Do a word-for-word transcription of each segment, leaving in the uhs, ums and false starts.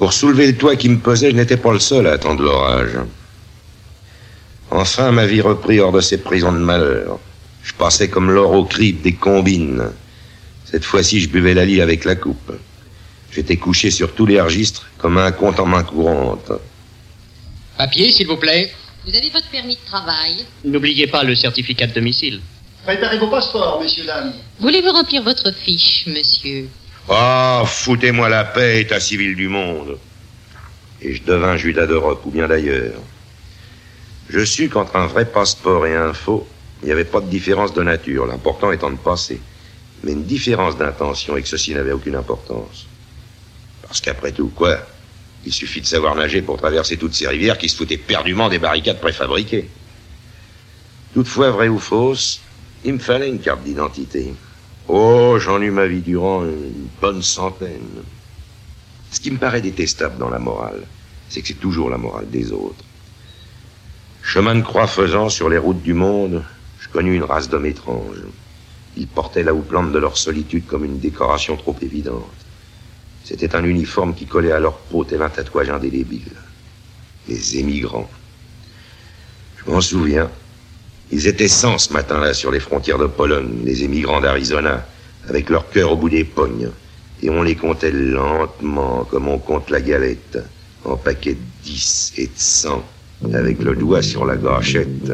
Pour soulever le toit qui me pesait, je n'étais pas le seul à attendre l'orage. Enfin, ma vie reprit hors de ces prisons de malheur. Je passais comme l'or au crible des combines. Cette fois-ci, je buvais la lie avec la coupe. J'étais couché sur tous les registres, comme un compte en main courante. Papier, s'il vous plaît. Vous avez votre permis de travail? N'oubliez pas le certificat de domicile. Préparez vos passeports, messieurs, dames. Voulez-vous remplir votre fiche, monsieur? Ah, oh, foutez-moi la paix, état civil du monde. Et je devins Judas d'Europe, ou bien d'ailleurs. Je sus qu'entre un vrai passeport et un faux, il n'y avait pas de différence de nature, l'important étant de passer. Mais une différence d'intention, et que ceci n'avait aucune importance. Parce qu'après tout, quoi, il suffit de savoir nager pour traverser toutes ces rivières qui se foutaient perdument des barricades préfabriquées. Toutefois, vraie ou fausse, il me fallait une carte d'identité. Oh, j'en eus ma vie durant une bonne centaine. Ce qui me paraît détestable dans la morale, c'est que c'est toujours la morale des autres. Chemin de croix faisant sur les routes du monde, je connus une race d'hommes étranges. Ils portaient la houppelande de leur solitude comme une décoration trop évidente. C'était un uniforme qui collait à leur peau tel un tatouage indélébile. Les émigrants. Je m'en souviens. Ils étaient cent ce matin-là sur les frontières de Pologne, les émigrants d'Arizona, avec leur cœur au bout des pognes. Et on les comptait lentement, comme on compte la galette, en paquets de dix et de cent, avec le doigt sur la gâchette.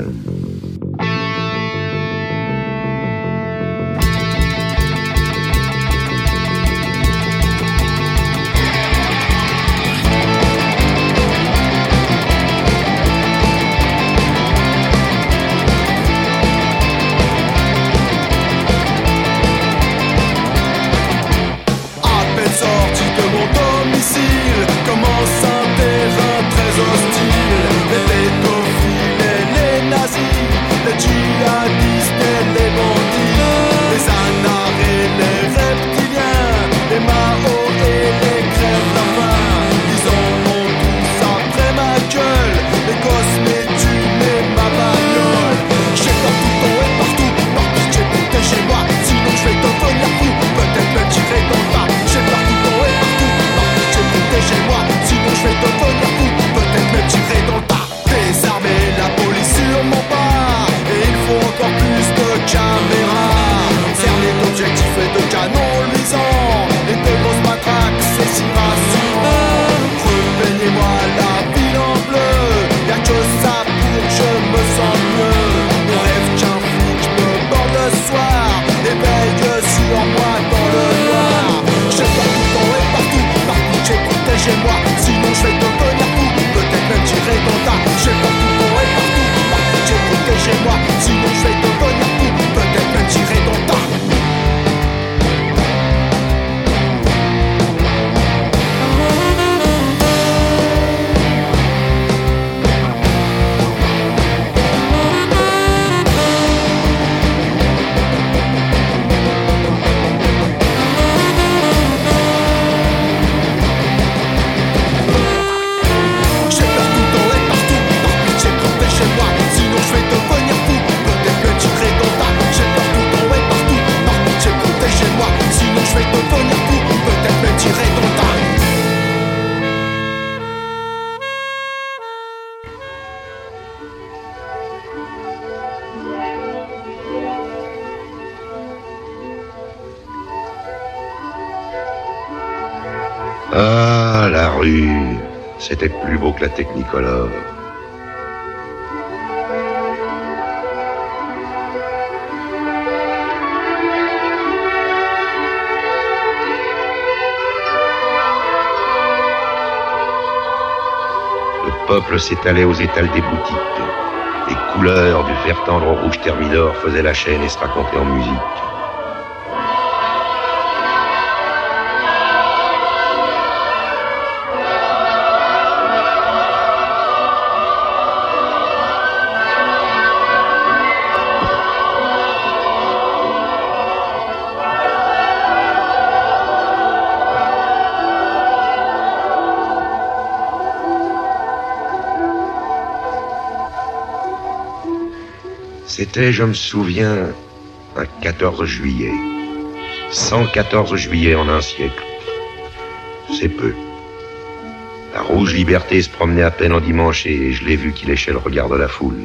Ah, la rue, c'était plus beau que la Technicolor. Le peuple s'étalait aux étals des boutiques. Les couleurs du vert tendre au rouge thermidor faisaient la chaîne et se racontaient en musique. C'était, je me souviens, un quatorze juillet. cent quatorze juillet en un siècle. C'est peu. La rouge liberté se promenait à peine en dimanche et je l'ai vu qu'il léchait le regard de la foule.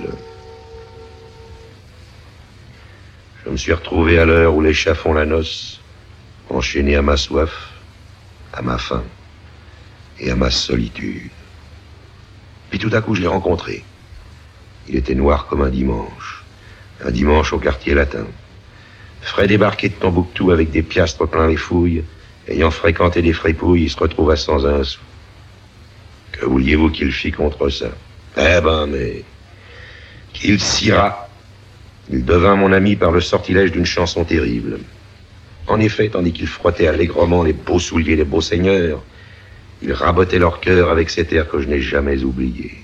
Je me suis retrouvé à l'heure où les chats font la noce, enchaîné à ma soif, à ma faim et à ma solitude. Puis tout à coup, je l'ai rencontré. Il était noir comme un dimanche. Un dimanche au quartier latin. Frais débarqué de Tombouctou avec des piastres plein les fouilles, ayant fréquenté des fripouilles, il se retrouva sans un sou. Que vouliez-vous qu'il fît contre ça? Eh ben, mais... qu'il s'ira. Il devint mon ami par le sortilège d'une chanson terrible. En effet, tandis qu'il frottait allègrement les beaux souliers des beaux seigneurs, il rabotait leur cœur avec cet air que je n'ai jamais oublié.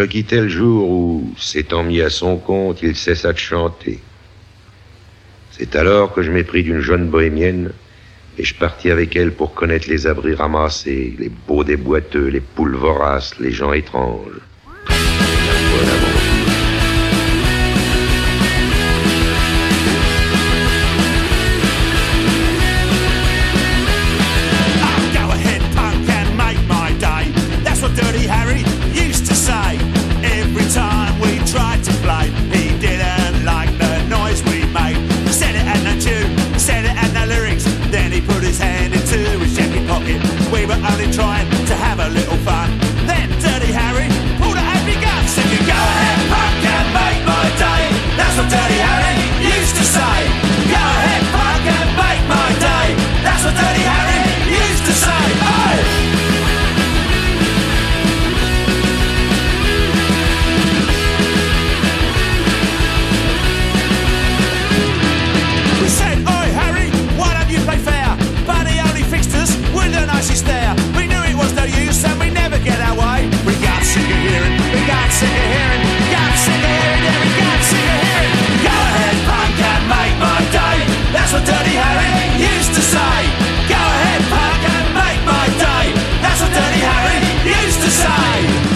quittais le jour où, s'étant mis à son compte, il cessa de chanter. C'est alors que je m'épris d'une jeune bohémienne et je partis avec elle pour connaître les abris ramassés, les beaux des boiteux, les poules voraces, les gens étranges. Voilà mon we were only trying to have a little fun. Then Dirty Harry pulled out every gun, said, "You go ahead, punk, and make my day." That's what Dirty Harry used to say. Go ahead, punk, and make my day. That's what Dirty Harry used to say. Oh! We said, "Oi, Harry, why don't you play fair?" But he only fixed us with a nicey stare. We knew it was no use and we never get our way. We got sick of hearing, we got sick of hearing, got sick of hearing, yeah, we got sick of hearing. Go ahead, punk, and make my day. That's what Dirty Harry used to say. Go ahead, punk, and make my day. That's what Dirty Harry used to say.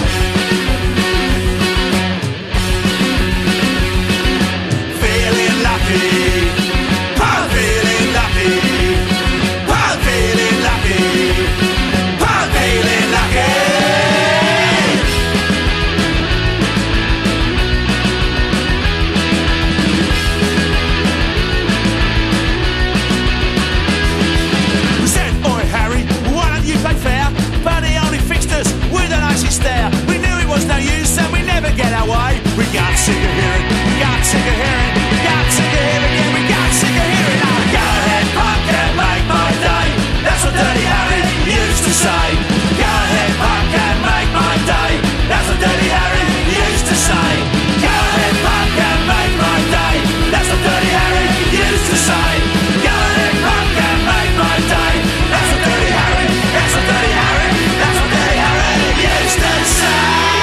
Feeling lucky, I'm feeling lucky. I'm feeling lucky. I'm feeling lucky. We said, "Oi, Harry, why don't you play fair?" But he only fixed us with an icy stare. We knew it was no use and we never get our way. We got sick of hearing, we got sick of hearing, we got sick of hearing, yeah, we got sick of hearing. Now go ahead, punk, and make my day. That's what Dirty Harry used to say. Go ahead, punk, and make my day. That's what Dirty Harry used to say. Go ahead, punk, and make my day. That's what Dirty Harry used to say. Go ahead, punk, and make my day. That's what Dirty Harry, that's what Dirty Harry, that's what Dirty Harry used to say.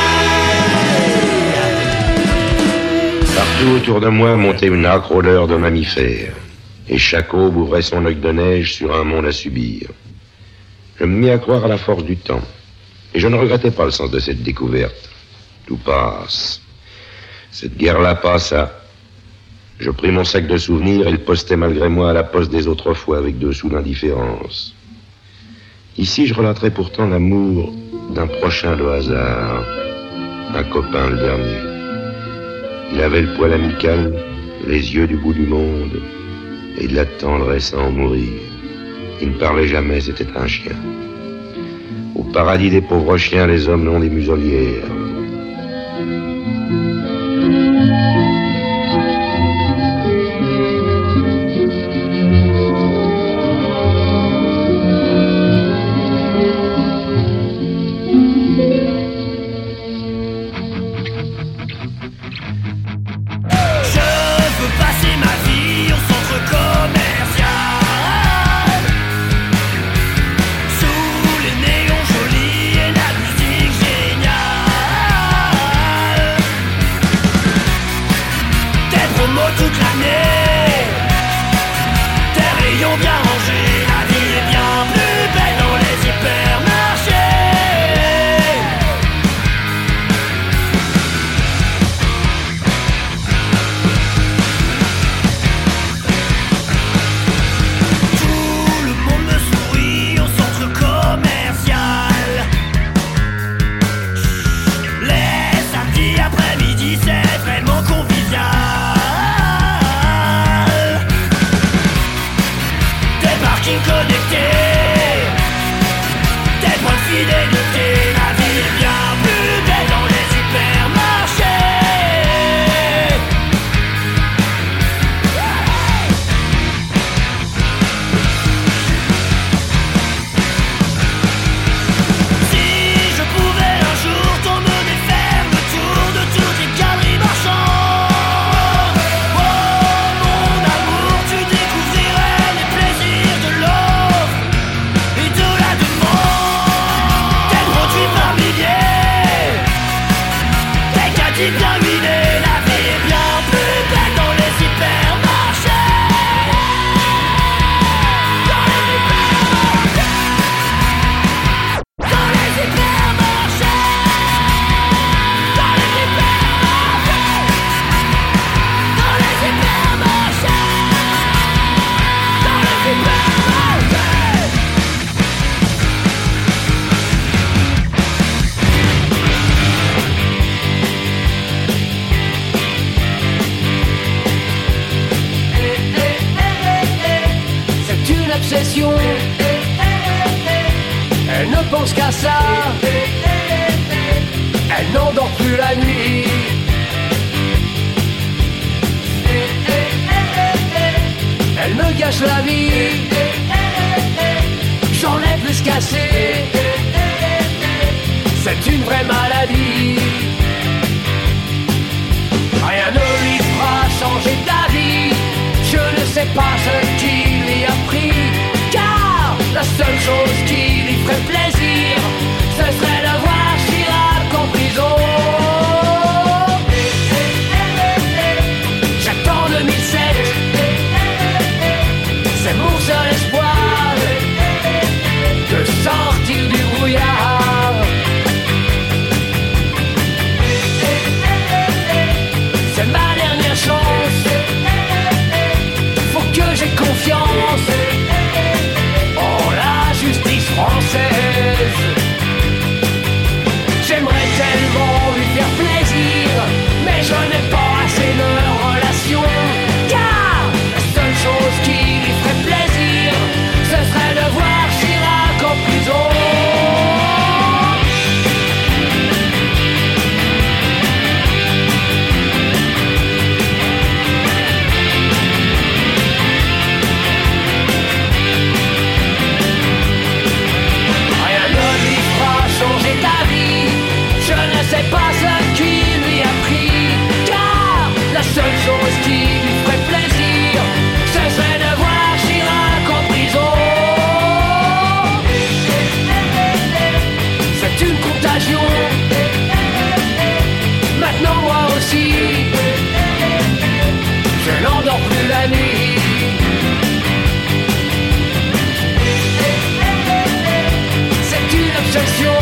Partout autour de moi montait une âcre odeur de mammifères, et chaque aube ouvrait son œil de neige sur un monde à subir. Je me mis à croire à la force du temps, et je ne regrettais pas le sens de cette découverte. Tout passe. Cette guerre-là passa. Je pris mon sac de souvenirs et le postai malgré moi à la poste des autres fois avec deux sous d'indifférence. Ici, je relaterai pourtant l'amour d'un prochain de hasard, un copain le dernier. Il avait le poil amical, les yeux du bout du monde, et de la tendresse à en mourir. Il ne parlait jamais, c'était un chien. Au paradis des pauvres chiens, les hommes n'ont des muselières. Découvrirais les plaisirs de l'or et de la demande. obsession. Elle ne pense qu'à ça. Elle n'endort plus la nuit. Elle me gâche la vie. J'en ai plus qu'assez. C'est une vraie maladie. Rien ne lui fera changer d'avis. Je ne sais pas ce qui lui a pris, car la seule chose qui lui ferait plaisir, ce serait de voir Chirac en prison. J'attends deux mille sept, c'est mon seul espoir de sortir du brouillard. C'est ma dernière chance, faut que j'ai confiance en la justice française. J'aimerais tellement lui faire plaisir, mais je n'ai pas assez de relations, car la seule chose qui lui ferait plaisir, ce serait de voir Chirac en prison. C'est pas ce qui lui a pris, car la seule chose qui lui ferait plaisir, ce serait de voir Chirac en prison. C'est une contagion. Maintenant moi aussi, je n'endors plus la nuit. C'est une obsession.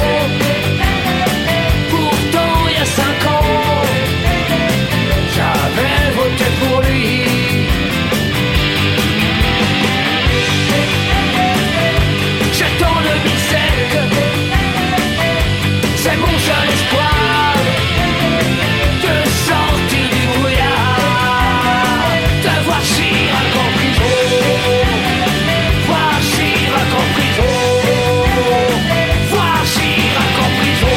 Cinq ans, j'avais voté pour lui. J'attends deux mille sept, c'est mon seul espoir de sortir du brouillard, de voir Chirac en prison, voir Chirac en prison, voir Chirac en prison.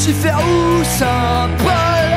Lucifer ou Saint-Paul.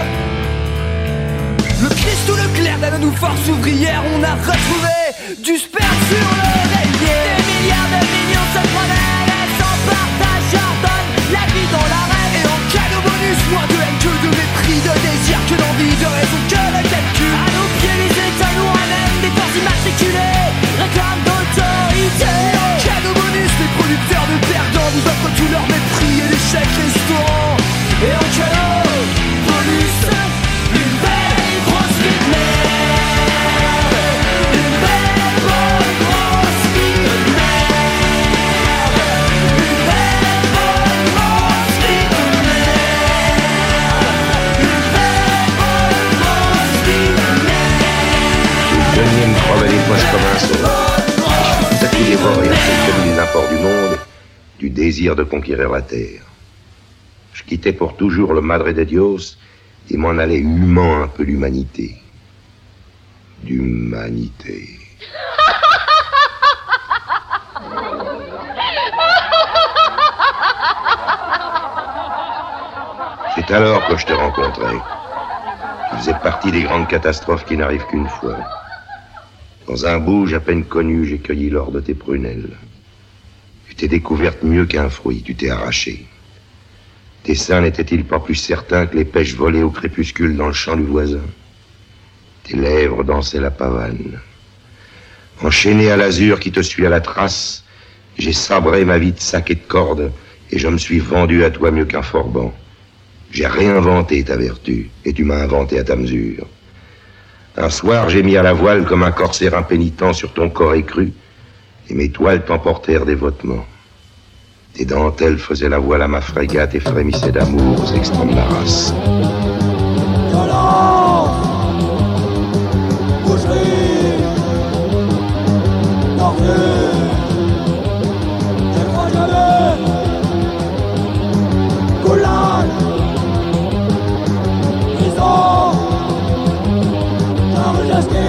Le Christ ou le clerc donne nous force ouvrière. On a retrouvé du sperme sur l'oreiller. Des milliards de millions se promènent et s'en partagent, ordonnent la vie dans l'arène. Et en cadeau bonus, moins de haine que de mépris, de désir que d'envie, de raison que de calcul. À nos pieds les états nous ramènent des corps immatriculés, réclament d'autorité. Et en cadeau bonus, les producteurs de perdants nous offrent tout leur mépris et des chèques restaurants. Et en cadeau bonus, une belle grosse vie de merde. Une belle bonne grosse vie de merde. Une belle bonne grosse vie de merde. Une belle bonne grosse vie de merde. Le jeune me promenait les poches comme un sauvage. Je fus tout dévoré à cette commune n'importe du monde, du désir de conquérir la terre. Je quittais pour toujours le Madre de Dios et m'en allais humant un peu l'humanité. D'humanité. C'est alors que je te rencontrai. Tu faisais partie des grandes catastrophes qui n'arrivent qu'une fois. Dans un bouge à peine connu, j'ai cueilli l'or de tes prunelles. Tu t'es découverte mieux qu'un fruit, tu t'es arraché. Tes seins n'étaient-ils pas plus certains que les pêches volées au crépuscule dans le champ du voisin? Tes lèvres dansaient la pavane. Enchaîné à l'azur qui te suit à la trace, j'ai sabré ma vie de sac et de cordes, et je me suis vendu à toi mieux qu'un forban. J'ai réinventé ta vertu, et tu m'as inventé à ta mesure. Un soir, j'ai mis à la voile comme un corsaire impénitent sur ton corps écru, et mes toiles t'emportèrent dévotement. Tes dentelles faisaient la voile à ma frégate et frémissaient d'amour aux extrêmes de la race. Violence, boucherie, torture, je crois jamais, goulag, prison, enregistré.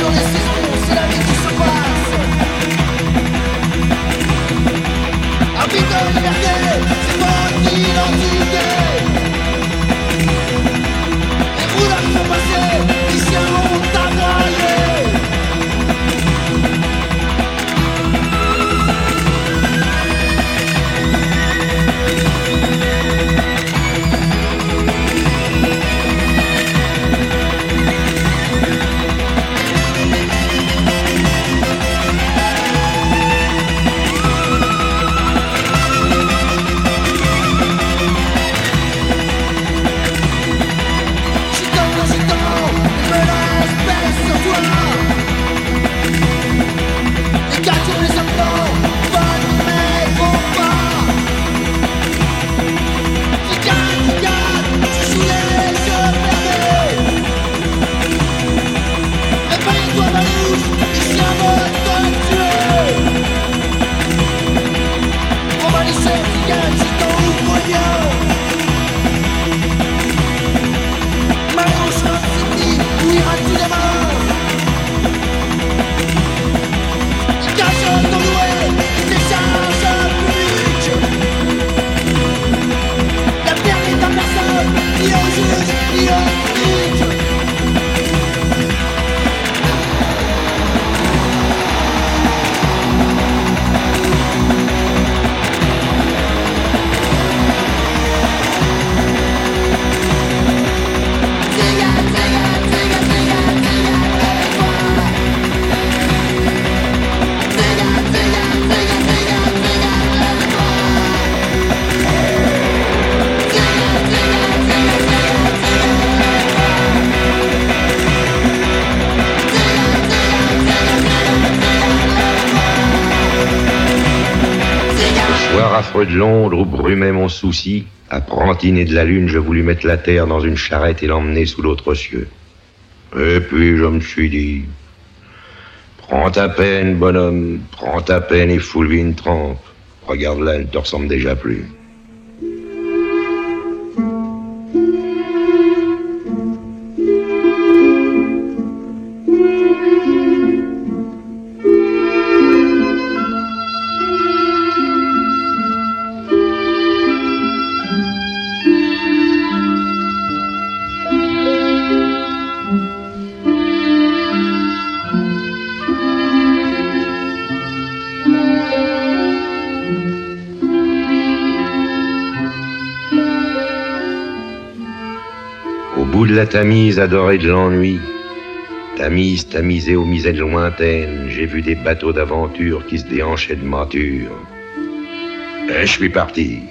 les saisons, c'est la vie qui se passe. Un bidon de merguez, c'est votre identité. Les roulades sont passées, ici un monde à broyer. Affreux de Londres où brumait mon souci, apprenti né de la lune, je voulus mettre la terre dans une charrette et l'emmener sous l'autre cieux. Et puis je me suis dit, prends ta peine, bonhomme, prends ta peine et foule-lui une trempe. Regarde là, elle te ressemble déjà plus. De la Tamise adorée de l'ennui, Tamise tamisée aux misettes lointaines, j'ai vu des bateaux d'aventure qui se déhanchaient de mâture. Et je suis parti.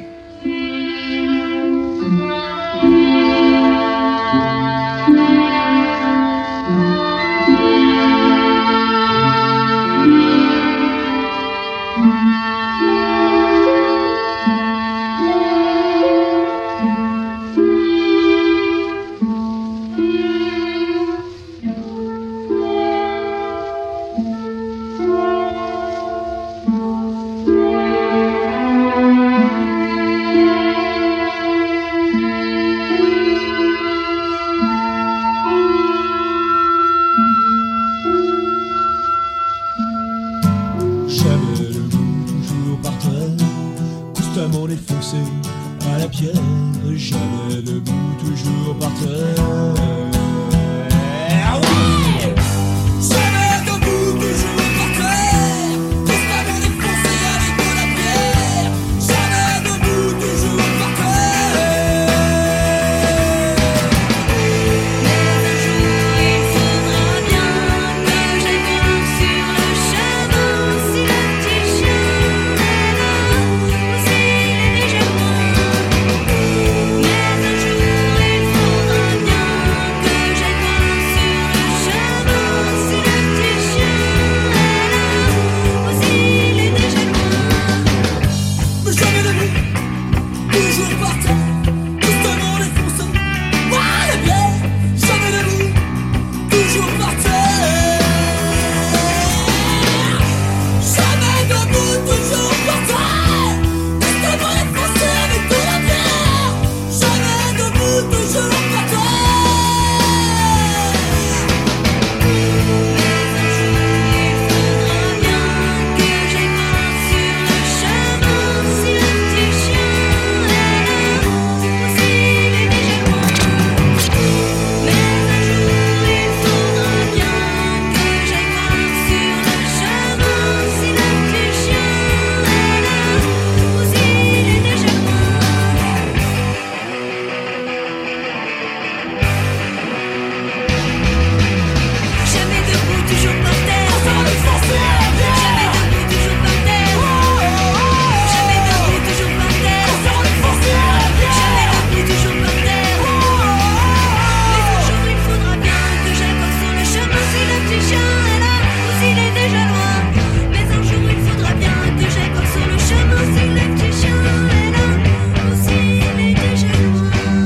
toujours par terre. Jamais debout, toujours par terre. Jamais debout, toujours par terre. Jamais debout, toujours par terre. Mais un jour il faudra bien que j'accorde sur le chemin si le petit chien est là ou s'il est déjà loin. Mais un jour il faudra bien que j'accorde sur le chemin si le petit chien est là ou s'il est déjà loin.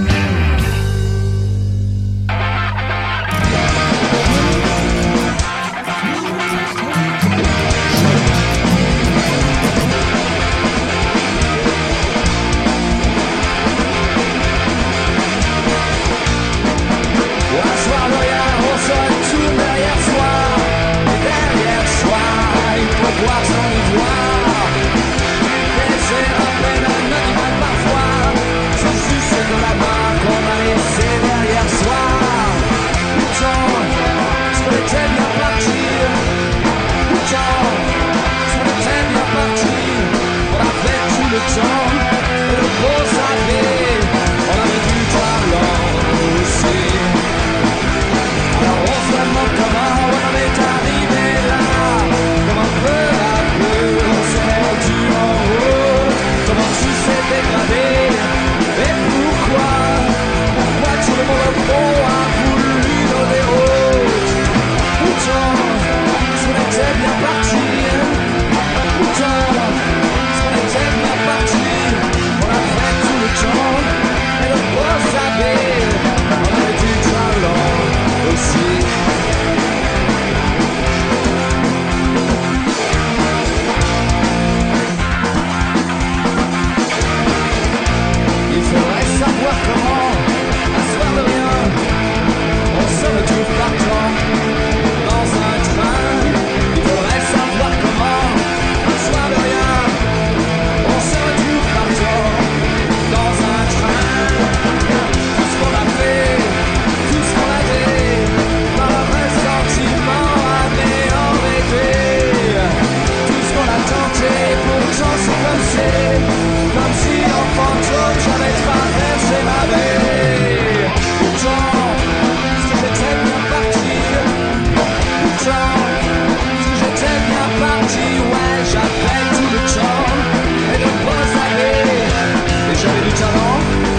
Un soir de rien, on se retourne derrière soi. Et derrière soi, il faut boire son ivoire. Et c'est à peine un animal parfois. C'est juste de la main qu'on a laissé derrière soi. Pourtant, je voulais bien partir. Pourtant, je voulais bien partir. On a fait tout le temps, et le beau savait. On avait du talent aussi. Alors on se demande comment on en est arrivé là. Comment peu à peu on s'est rendu en haut. Comment tout s'est dégradé. Et pourquoi Pourquoi tout le monde au fond a voulu nos déroutes. Pourtant, je voulais bien partir. Pourtant, je voulais bien partir. On a fait tout le temps. Et le beau savait. On avait du talent aussi. Il faudrait savoir comment, un soir de rien, on se retrouve partant dans un train. Il faudrait savoir comment, un soir de rien, on se retrouve partant dans un train. Tout ce qu'on a fait, tout ce qu'on a dit, par un vrai sentiment amené en rêver. Tout ce qu'on a tenté, pourtant c'est comme si, comme si en fantôme j'avais traversé ma vie. Pourtant, si j'étais bien parti, pourtant, si j'étais bien parti, ouais, j'avais tout le temps et de beaux années, et j'avais du talent.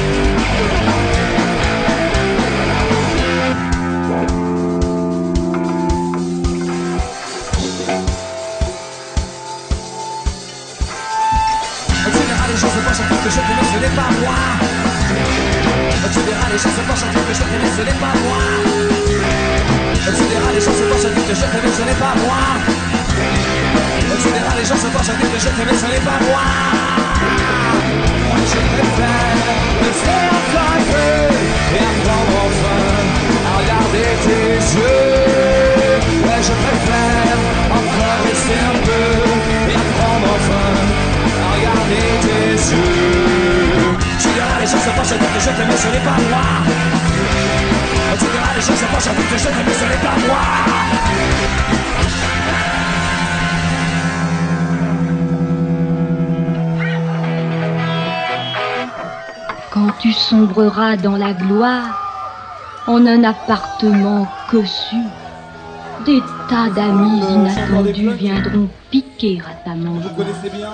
Tu verras les gens se penchent à dire que je t'aimais, ce n'est pas moi. Tu verras les gens se penchent à dire que je t'aimais, ce n'est pas moi. Tu verras les gens se penchent à dire que je t'aimais, ce n'est pas moi. Tu verras les gens se penchent à dire que je t'aimais, ce n'est pas moi. Je préfère rester encore un peu et apprendre enfin à regarder tes yeux. Ouais, je préfère encore rester un peu et apprendre enfin à regarder tes yeux. Tu verras les gens se penchent à dire que je t'aimais, ce n'est pas moi. Tu verras les gens se penchent à dire que je t'aimais, ce n'est pas moi. Quand tu sombreras dans la gloire, en un appartement cossu, des tas d'amis inattendus viendront piquer à ta main. Vous connaissez bien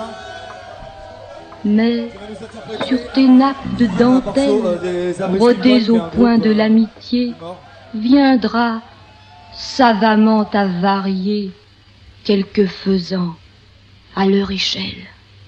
Mais sur tes nappes de dentelle, brodées au point de l'amitié, viendra savamment avarier quelques faisans à leur échelle.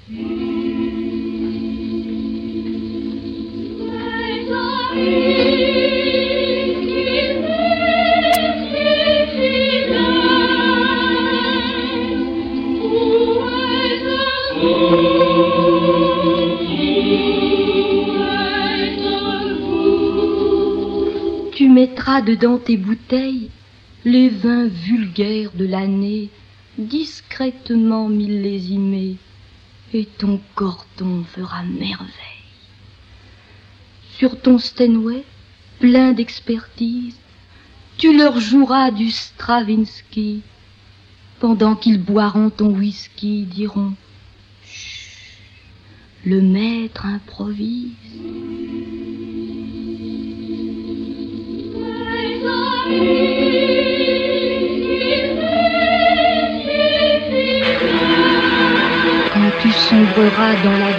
Tu mettras dedans tes bouteilles les vins vulgaires de l'année, discrètement millésimés, et ton cordon fera merveille. Sur ton Steinway, plein d'expertise, tu leur joueras du Stravinsky, pendant qu'ils boiront ton whisky, diront « Chut, le maître improvise ». Thank you. sombrera dans la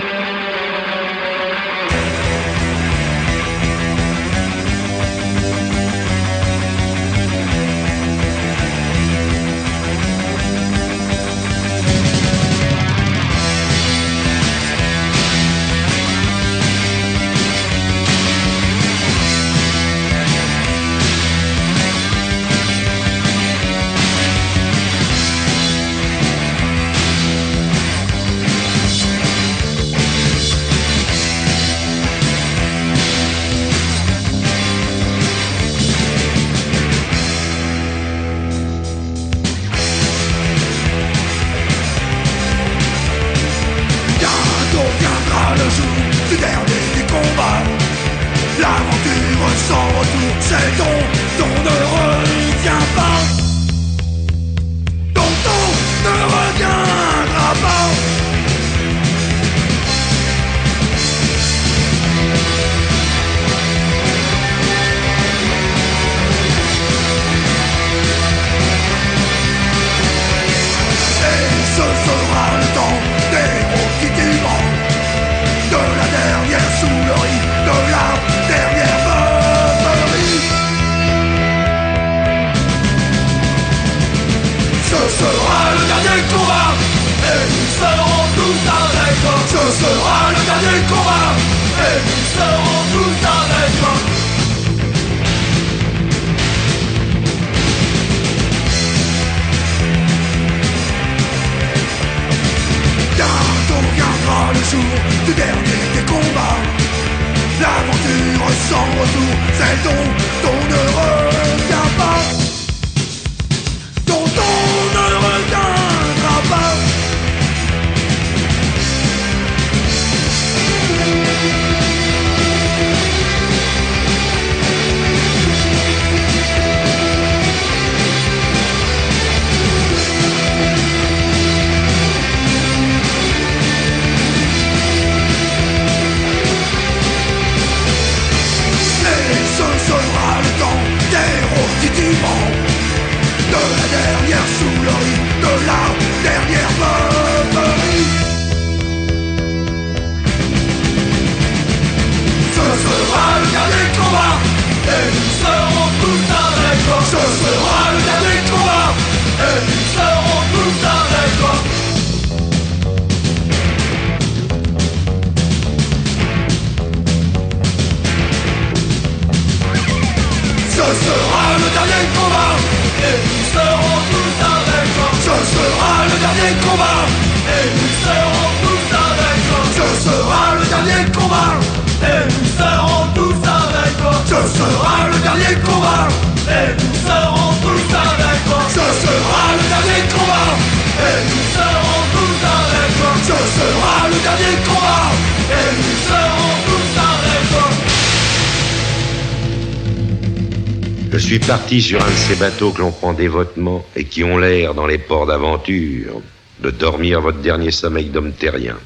Je suis parti sur un de ces bateaux que l'on prend dévotement et qui ont l'air, dans les ports d'aventure, de dormir votre dernier sommeil d'homme terrien.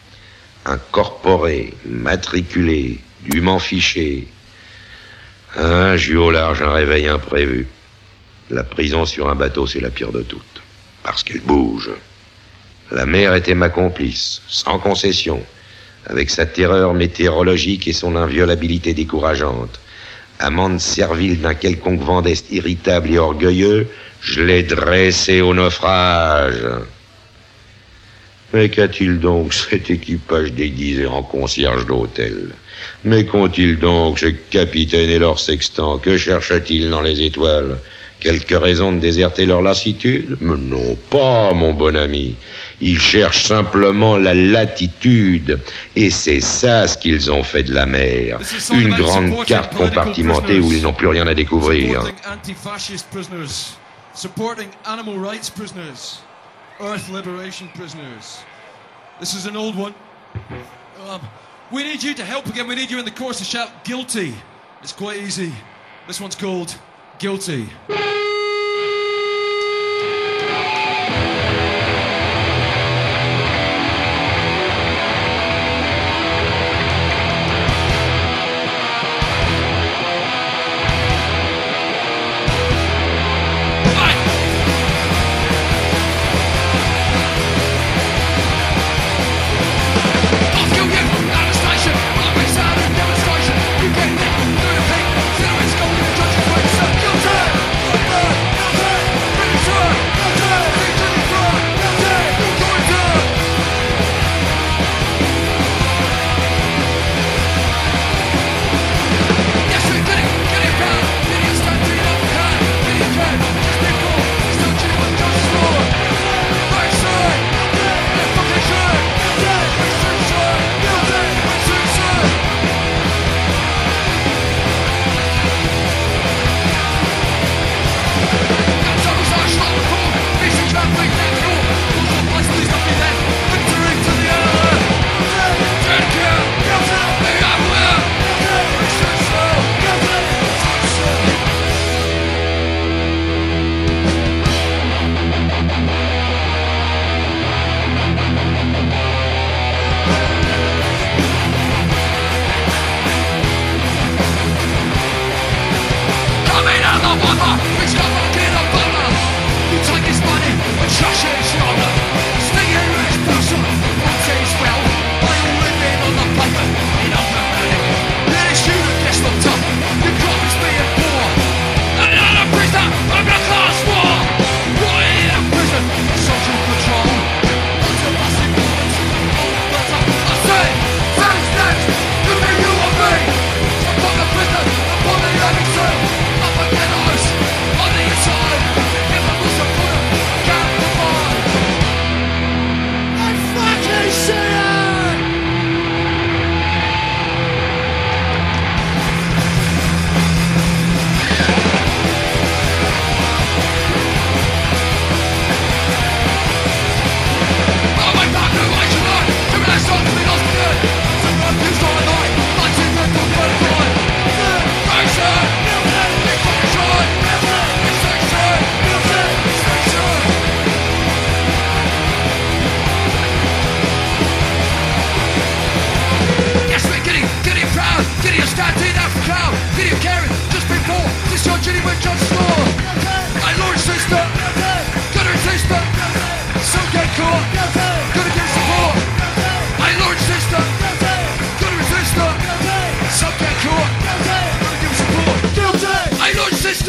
Incorporé, matriculé, dûment fiché. Ah, j'ai eu au large un réveil imprévu. La prison sur un bateau, c'est la pire de toutes. Parce qu'elle bouge. La mer était ma complice, sans concession, avec sa terreur météorologique et son inviolabilité décourageante. Amante servile d'un quelconque vent d'est irritable et orgueilleux, je l'ai dressé au naufrage. Mais qu'a-t-il donc cet équipage déguisé en concierge d'hôtel? Mais qu'ont-ils donc ce capitaine et leur sextant? Que cherchent-ils dans les étoiles? Quelque raison de déserter leur lassitude? Mais non pas, mon bon ami. Ils cherchent simplement la latitude. Et c'est ça ce qu'ils ont fait de la mer. Une grande carte compartimentée où ils n'ont plus rien à découvrir. Supporting animal rights prisoners, Earth liberation prisoners. This is an old one. Um, we need you to help again. We need you in the chorus to shout guilty. It's quite easy. This one's called Guilty.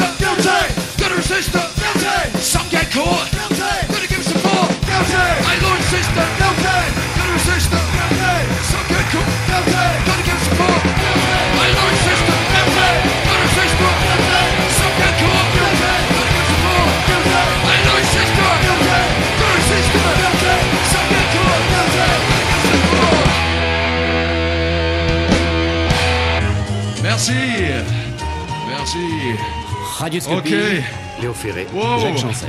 Guilty. Gonna resist her. Guilty. Some get caught. Guilty. Gonna give support. Guilty. My lord and sister. Guilty. Gonna resist her. Guilty. Some get caught. Guilty. Gonna give support. Guilty. My lord and sister. Guilty. Gonna resist her. Guilty. Some get caught. Guilty. Gonna give support. Guilty. My lord and sister. Guilty. Gonna resist her. Guilty. Some get caught. Guilty. Gonna give support. Merci. Merci. Radioscopie. Ok. Léo Ferré. Wow. Jacques Chancel.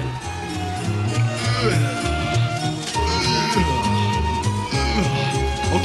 Ok.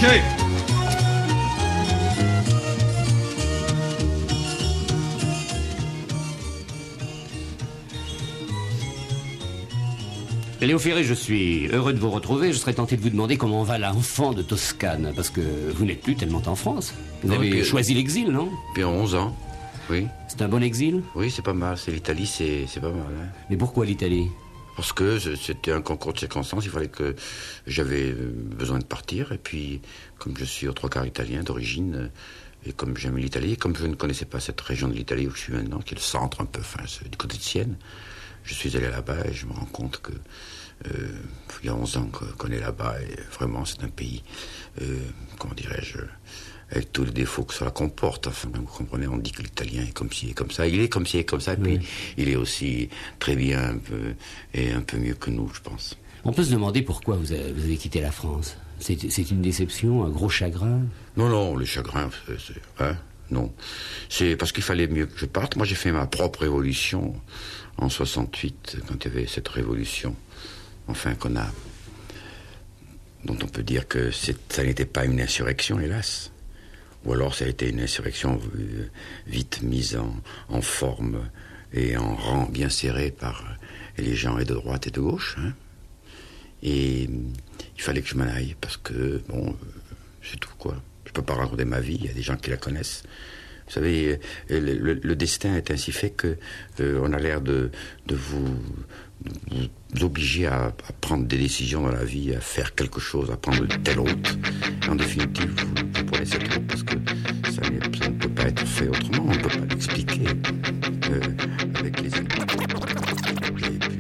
Léo Ferré, je suis heureux de vous retrouver. Je serais tenté de vous demander comment va l'enfant de Toscane, parce que vous n'êtes plus tellement en France. Vous Non, avez puis- choisi l'exil, non? Depuis onze ans, oui. C'est un bon exil? Oui, c'est pas mal. C'est l'Italie, c'est c'est pas mal. Hein. Mais pourquoi l'Italie? Parce que je- c'était un concours de circonstances. Il fallait que j'avais euh, besoin de partir. Et puis, comme je suis aux trois quarts italien d'origine, euh, et comme j'aime l'Italie, et comme je ne connaissais pas cette région de l'Italie où je suis maintenant, qui est le centre un peu, enfin, c'est du côté de Sienne, je suis allé là-bas et je me rends compte que euh, il y a onze ans que- qu'on est là-bas et vraiment c'est un pays, euh, comment dirais-je, avec tous les défauts que cela comporte. Enfin, vous comprenez, on dit que l'italien est comme ci et comme ça. Il est comme ci et comme ça, et puis il est aussi très bien un peu, et un peu mieux que nous, je pense. On peut se demander pourquoi vous avez, vous avez quitté la France. C'est c'est une déception, un gros chagrin? Non, non, le chagrin, c'est... c'est- Hein, non. C'est parce qu'il fallait mieux que je parte. Moi, j'ai fait ma propre révolution en soixante-huit, quand il y avait cette révolution, enfin, qu'on a... dont on peut dire que c'est- ça n'était pas une insurrection, hélas. Ou alors ça a été une insurrection euh, vite mise en, en forme et en rang bien serré par euh, les gens et de droite et de gauche. Hein. Et euh, il fallait que je m'en aille parce que, bon, euh, c'est tout, quoi. Je peux pas raconter ma vie, il y a des gens qui la connaissent. Vous savez, euh, le, le- le destin est ainsi fait que euh, on a l'air de, de vous, de vous obliger à, à prendre des décisions dans la vie, à faire quelque chose, à prendre telle route. Et en définitive, vous, vous prenez cette route parce que ça, n'est- ça ne peut pas être fait autrement, on ne peut pas l'expliquer euh, avec les amis. Et puis,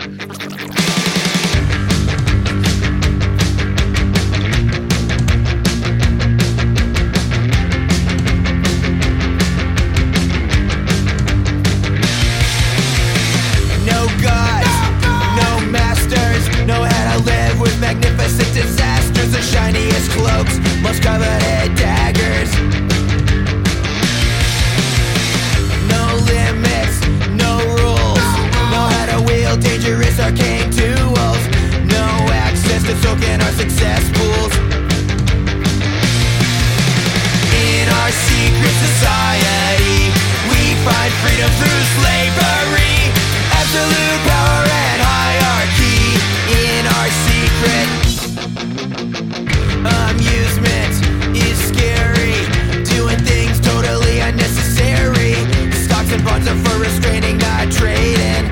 No gods, no masters, know how to live with magnificent disasters. The shiniest cloaks, most coveted daggers. No limits, no rules, know how to wield dangerous arcane tools. No access to soaking our success pools. In our secret society, we find freedom through slavery. Absolute power and hierarchy in our secret. Amusement is scary, doing things totally unnecessary. Stocks and bonds are for restraining, not trading.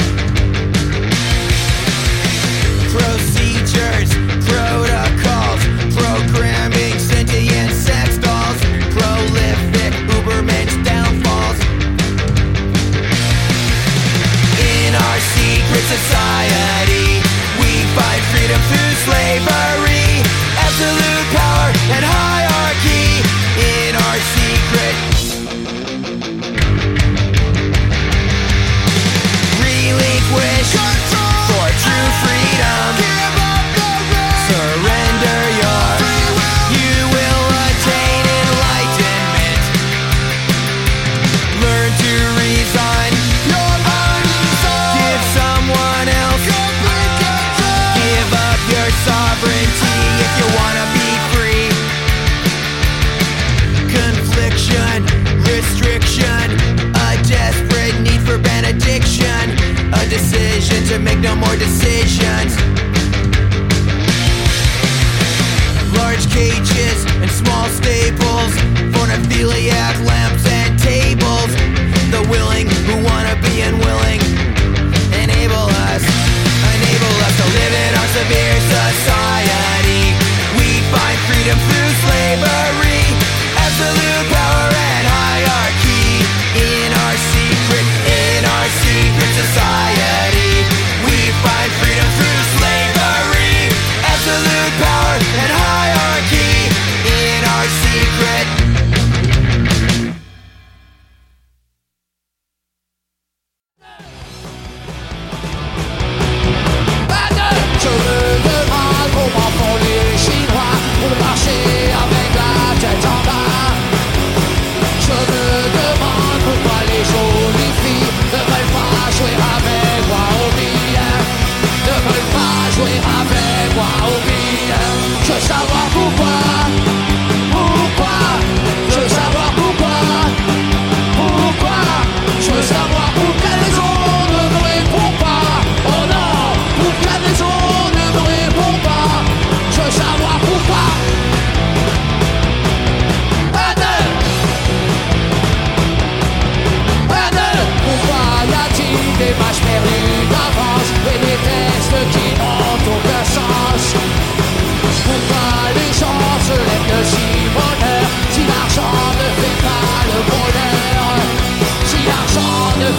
Procedures, protocols, programming sentient sex dolls, prolific Ubermensch downfalls. In our secret society, we find freedom through slavery, absolute power and hierarchy in our secret. Relinquish for true freedom. Surrender your, you will attain enlightenment. Learn to resign. Give someone else. Give up your sovereignty if you wanna be free. Confliction, restriction, a desperate need for benediction, a decision to make no more decisions. Large cages and small staples, phonophiliac lamps and tables. The willing who wanna be unwilling. Enable us, enable us to live in our severe society. We find freedom through slavery, absolute power and hierarchy in our secret, in our secret.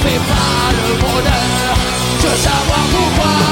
fait pas le bonheur. Je veux savoir pourquoi